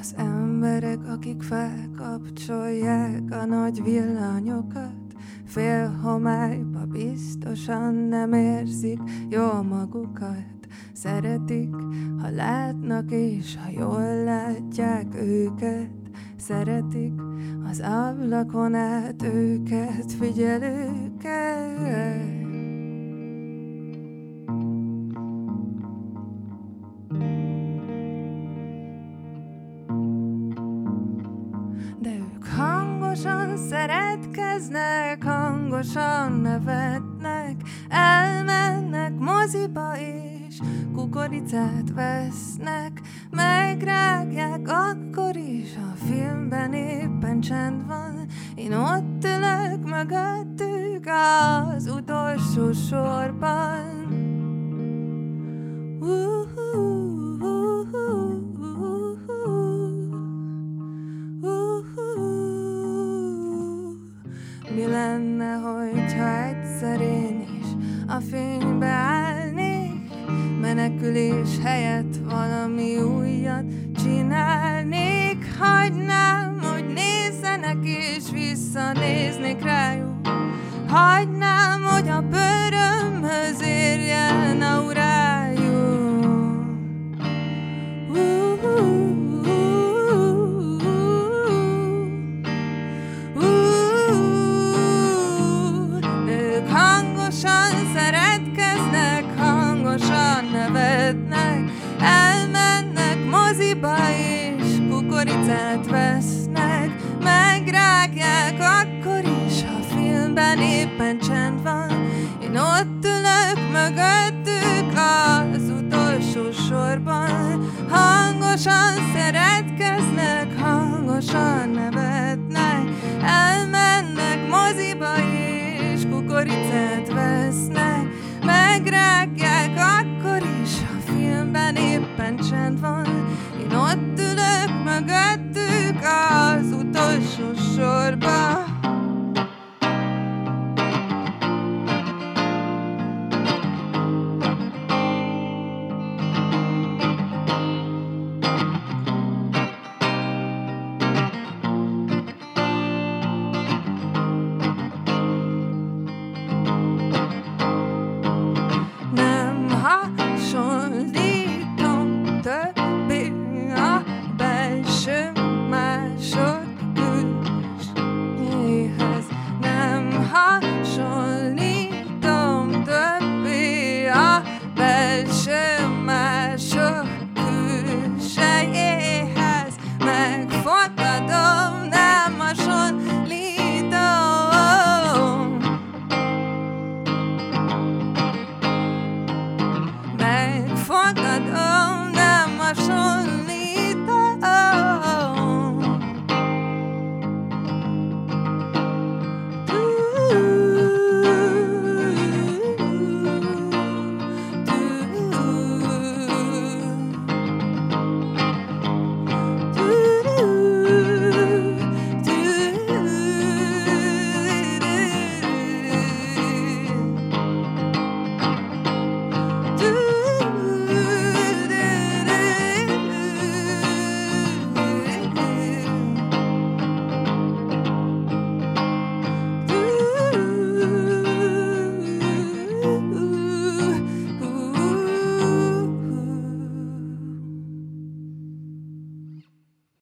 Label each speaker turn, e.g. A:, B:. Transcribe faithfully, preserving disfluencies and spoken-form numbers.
A: Az emberek, akik felkapcsolják a nagy villanyokat, fél homályba biztosan nem érzik jól magukat. Szeretik, ha látnak és ha jól látják őket. Szeretik az ablakon át őket, figyelőket. De ők hangosan szeretkeznek, hangosan nevetnek, elmennek moziba és kukoricát vesznek, megrágják akkor is, a filmben éppen csend van. Én ott ülök mögöttük az utolsó sorban. Mi lenne, hogyha egyszer én is a fénybe állnék, menekülés helyett valami újat csinálnék. Hagynám, hogy nézzenek és visszanéznék rájuk. Hagynám, hogy a bőrömhöz érjen aurájuk. Szeretkeznek, hangosan nevetnek, elmennek moziba és kukoricát vesznek, megrágják akkor is, ha filmben éppen csend van. Én ott ülök mögöttük az utolsó sorban. Hangosan szeretkeznek, hangosan nevetnek, elmennek moziba és kukoricát vesznek, megrágják akkor is, ha filmben éppen csend van.